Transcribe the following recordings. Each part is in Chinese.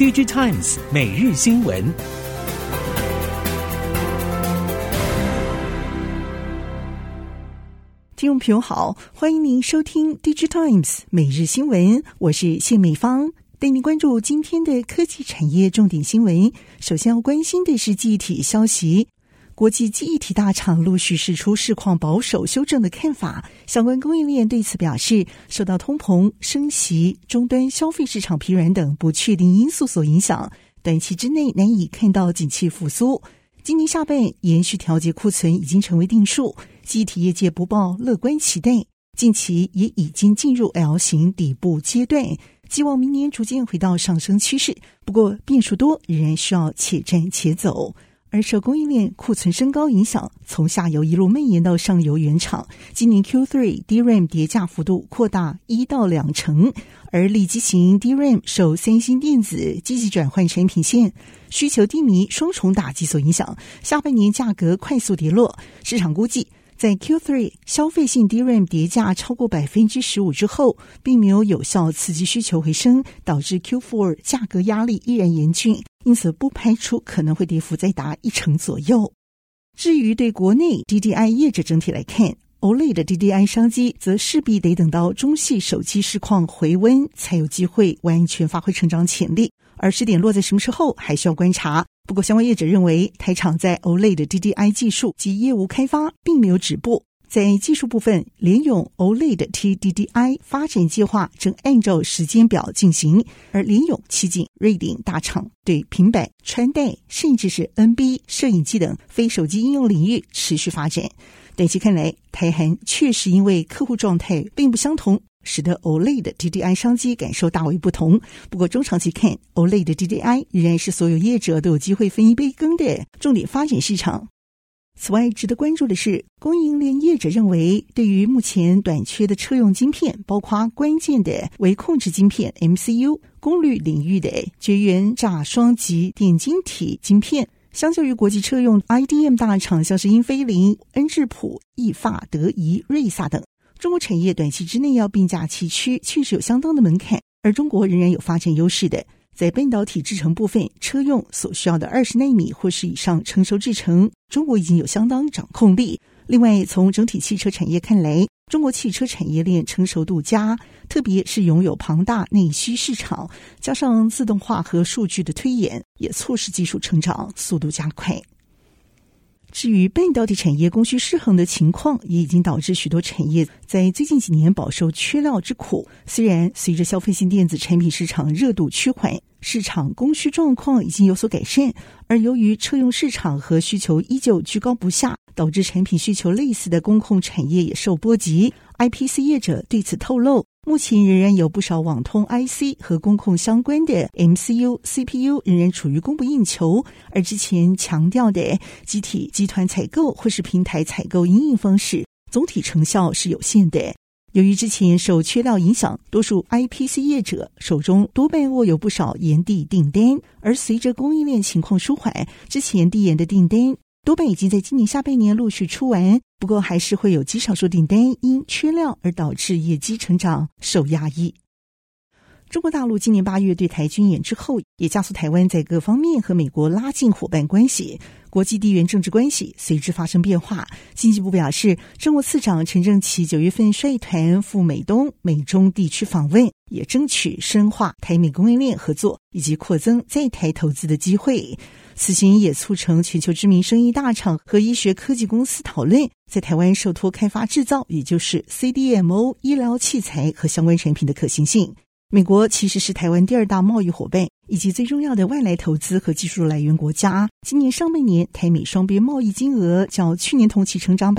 DG Times 每日新闻。 听众朋友好，欢迎您收听 DG Times 每日新闻，我是谢美芳，带您关注今天的科技产业重点新闻。首先要关心的是记忆体消息，国际记忆体大厂陆续释出市况保守修正的看法，相关供应链对此表示，受到通膨、升息、终端消费市场疲软等不确定因素所影响，短期之内难以看到景气复苏。今年下半延续调节库存已经成为定数，记忆体业界不抱乐观期待，近期也已经进入 L 型底部阶段，希望明年逐渐回到上升趋势，不过变数多，仍然需要且战且走。而受供应链库存升高影响，从下游一路蔓延到上游原厂，今年 Q3 DRAM 跌价幅度扩大1到2成，而立基型 DRAM 受三星电子积极转换产品线，需求低迷双重打击所影响，下半年价格快速跌落。市场估计在 Q3 消费性 DRAM 跌价超过 15% 之后，并没有效刺激需求回升，导致 Q4 价格压力依然严峻，因此不排除可能会跌幅再达1成左右。至于对国内 DDI 业者整体来看，OLED 的 DDI 商机则势必得等到中系手机市况回温，才有机会完全发挥成长潜力，而时点落在什么时候还需要观察。不过相关业者认为，台厂在 OLED 的 DDI 技术及业务开发并没有止步，在技术部分，联咏 OLED TDDI 发展计划正按照时间表进行，而联咏、奇景、瑞鼎大厂对平板、穿戴甚至是 NB 摄影机等非手机应用领域持续发展。短期看来，台韩确实因为客户状态并不相同，使得 OLED 的 DDI 商机感受大为不同。不过中长期看， OLED 的 DDI 仍然是所有业者都有机会分一杯羹的重点发展市场。此外，值得关注的是，供应链业者认为，对于目前短缺的车用晶片，包括关键的微控制晶片 MCU、功率领域的绝缘栅双极电晶体晶片，相较于国际车用 IDM 大厂，像是英飞凌、恩智浦、意法、德仪、瑞萨等，中国产业短期之内要并驾齐驱，确实有相当的门槛，而中国仍然有发展优势的。在半导体制程部分，车用所需要的20奈米或是以上成熟制程，中国已经有相当掌控力。另外，从整体汽车产业看来，中国汽车产业链成熟度佳，特别是拥有庞大内需市场，加上自动化和数据的推演，也促使技术成长速度加快。至于半导体产业供需失衡的情况，也已经导致许多产业在最近几年饱受缺料之苦。虽然随着消费性电子产品市场热度趋缓，市场供需状况已经有所改善，而由于车用市场和需求依旧居高不下，导致产品需求类似的工控产业也受波及。IPC 业者对此透露，目前仍然有不少网通 IC 和工控相关的 MCU、CPU 仍然处于供不应求，而之前强调的集体集团采购或是平台采购因应方式，总体成效是有限的。由于之前受缺料影响，多数 IPC 业者手中多半握有不少延递订单，而随着供应链情况舒缓，之前递延的订单多半已经在今年下半年陆续出完，不过还是会有极少数订单因缺料而导致业绩成长受压抑。中国大陆今年8月对台军演之后，也加速台湾在各方面和美国拉近伙伴关系，国际地缘政治关系随之发生变化。经济部表示，政务次长陈正奇9月份率团赴美东、美中地区访问，也争取深化台美供应链合作以及扩增在台投资的机会。此行也促成全球知名生意大厂和医学科技公司讨论在台湾受托开发制造，也就是 CDMO 医疗器材和相关产品的可行性。美国其实是台湾第2大贸易伙伴以及最重要的外来投资和技术来源国家。今年上半年台美双边贸易金额较去年同期成长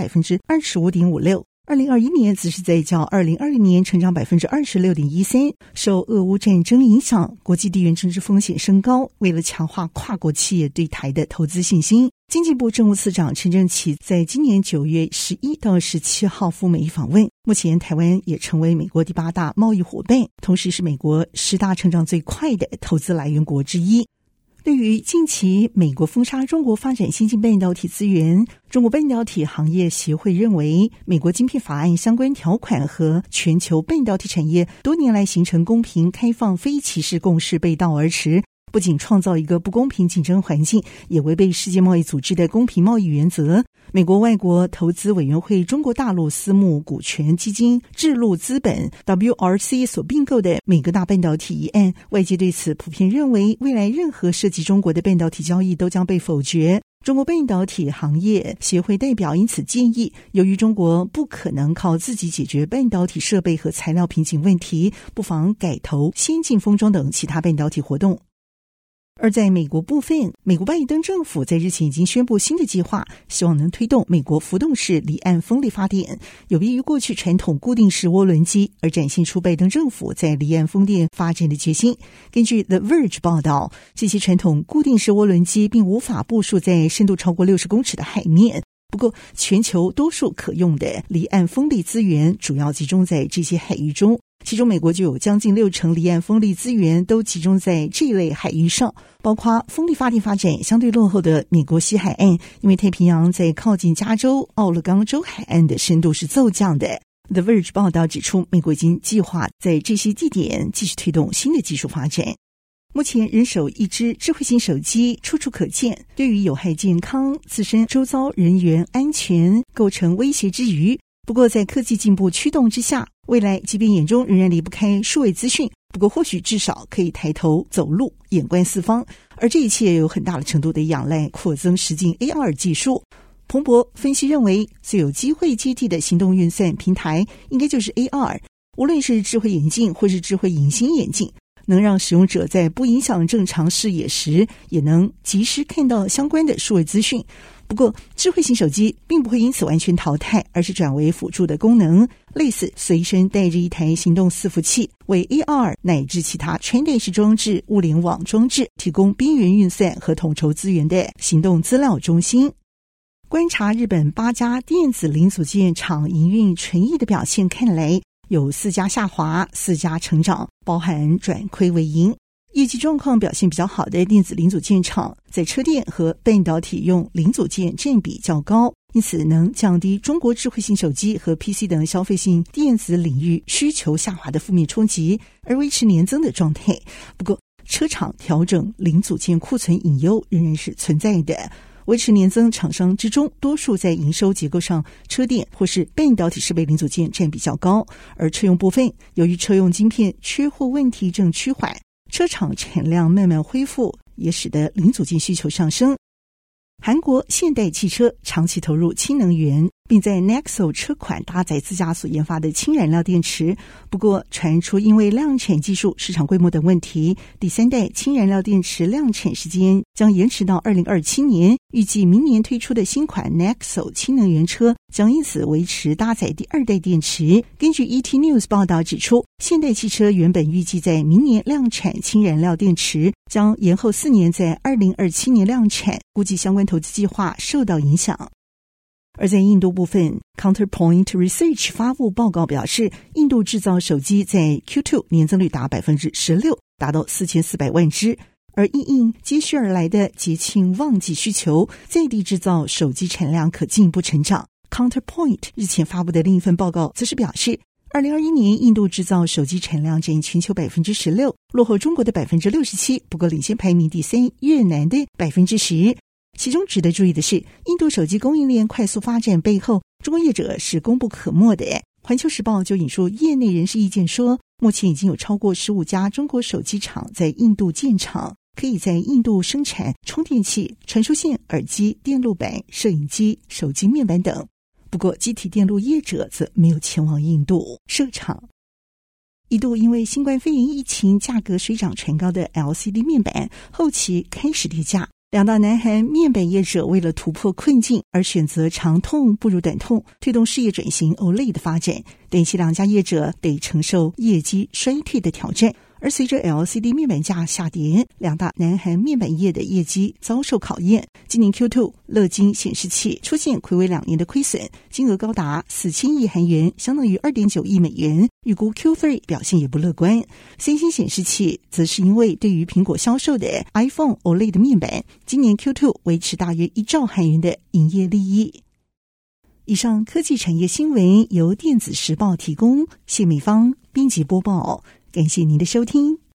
25.56%， 2021年则是在较2020年成长 26.13%。 受俄乌战争影响，国际地缘政治风险升高，为了强化跨国企业对台的投资信心，经济部政务次长陈正奇在今年9月11到17号赴美访问。目前台湾也成为美国第8大贸易伙伴，同时是美国10大成长最快的投资来源国之一。对于近期美国封杀中国发展先进半导体资源，中国半导体行业协会认为，美国晶片法案相关条款和全球半导体产业多年来形成公平、开放、非歧视共识背道而驰， 不仅创造一个不公平竞争环境，也违背世界贸易组织的公平贸易原则。美国外国投资委员会中国大陆私募股权基金智路资本 WRC 所并购的美格大半导体一案，外界对此普遍认为，未来任何涉及中国的半导体交易都将被否决。中国半导体行业协会代表因此建议，由于中国不可能靠自己解决半导体设备和材料瓶颈问题，不妨改投先进封装等其他半导体活动。而在美国部分，美国拜登政府在日前已经宣布新的计划，希望能推动美国浮动式离岸风力发电，有别于过去传统固定式涡轮机，而展现出拜登政府在离岸风电发展的决心。根据 The Verge 报道，这些传统固定式涡轮机并无法部署在深度超过60公尺的海面，不过全球多数可用的离岸风力资源主要集中在这些海域中，其中美国就有将近60%离岸风力资源都集中在这类海域上，包括风力发电发展相对落后的美国西海岸，因为太平洋在靠近加州、奥勒冈州海岸的深度是骤降的。The Verge 报道指出，美国已经计划在这些地点继续推动新的技术发展。目前人手一只智慧型手机处处可见，对于有害健康、自身周遭人员安全构成威胁之余，不过在科技进步驱动之下，未来即便眼中仍然离不开数位资讯，不过或许至少可以抬头走路，眼观四方，而这一切有很大的程度的仰赖扩增实境 AR 技术。彭博分析认为，最有机会接替的行动运算平台应该就是 AR， 无论是智慧眼镜或是智慧隐形眼镜，能让使用者在不影响正常视野时，也能及时看到相关的数位资讯。不过，智慧型手机并不会因此完全淘汰，而是转为辅助的功能，类似随身带着一台行动伺服器，为 AR 乃至其他穿戴式装置、物联网装置提供边缘运算和统筹资源的行动资料中心。观察日本8家电子零组件厂营运纯益的表现看来，有4家下滑，4家成长，包含转亏为盈。业绩状况表现比较好的电子零组件厂，在车电和半导体用零组件占比较高，因此能降低中国智慧型手机和 PC 等消费性电子领域需求下滑的负面冲击，而维持年增的状态。不过，车厂调整零组件库存隐忧仍然是存在的。维持年增厂商之中，多数在营收结构上车电或是半导体设备零组件占比较高，而车用部分由于车用晶片缺货问题正趋缓，车厂产量慢慢恢复，也使得零组件需求上升。韩国现代汽车长期投入氢能源，并在 Nexo 车款搭载自家所研发的氢燃料电池，不过传出因为量产技术、市场规模等问题，第3代氢燃料电池量产时间将延迟到2027年，预计明年推出的新款 Nexo 氢能源车将因此维持搭载第2代电池。根据 ET News 报道指出，现代汽车原本预计在明年量产氢燃料电池，将延后4年在2027年量产，估计相关投资计划受到影响。而在印度部分 Counterpoint Research 发布报告表示，印度制造手机在 Q2 年增率达 16%， 达到4400万只，而因应接续而来的节庆旺季需求，在地制造手机产量可进一步成长。Counterpoint 日前发布的另一份报告则是表示，2021年印度制造手机产量占全球 16%， 落后中国的 67%， 不过领先排名第3越南的 10%。其中值得注意的是，印度手机供应链快速发展背后，中国业者是功不可没的。环球时报就引述业内人士意见说，目前已经有超过15家中国手机厂在印度建厂，可以在印度生产充电器、传输线、耳机、电路板、摄影机、手机面板等。不过机体电路业者则没有前往印度设厂。一度因为新冠肺炎疫情价格水涨船高的 LCD 面板，后期开始跌价。两大南韩面板业者为了突破困境而选择长痛不如短痛，推动事业转型 OLED 的发展，但其两家业者得承受业绩衰退的挑战。而随着 LCD 面板价下跌，两大南韩面板业的业绩遭受考验。今年 Q2 乐金显示器出现睽违2年的亏损，金额高达4000亿韩元，相当于 2.9 亿美元。预估 Q3 表现也不乐观。三星显示器则是因为对于苹果销售的 iPhone OLED 面板，今年 Q2 维持大约1兆韩元的营业利益。以上科技产业新闻由电子时报提供，谢美芳编辑播报，感谢您的收听。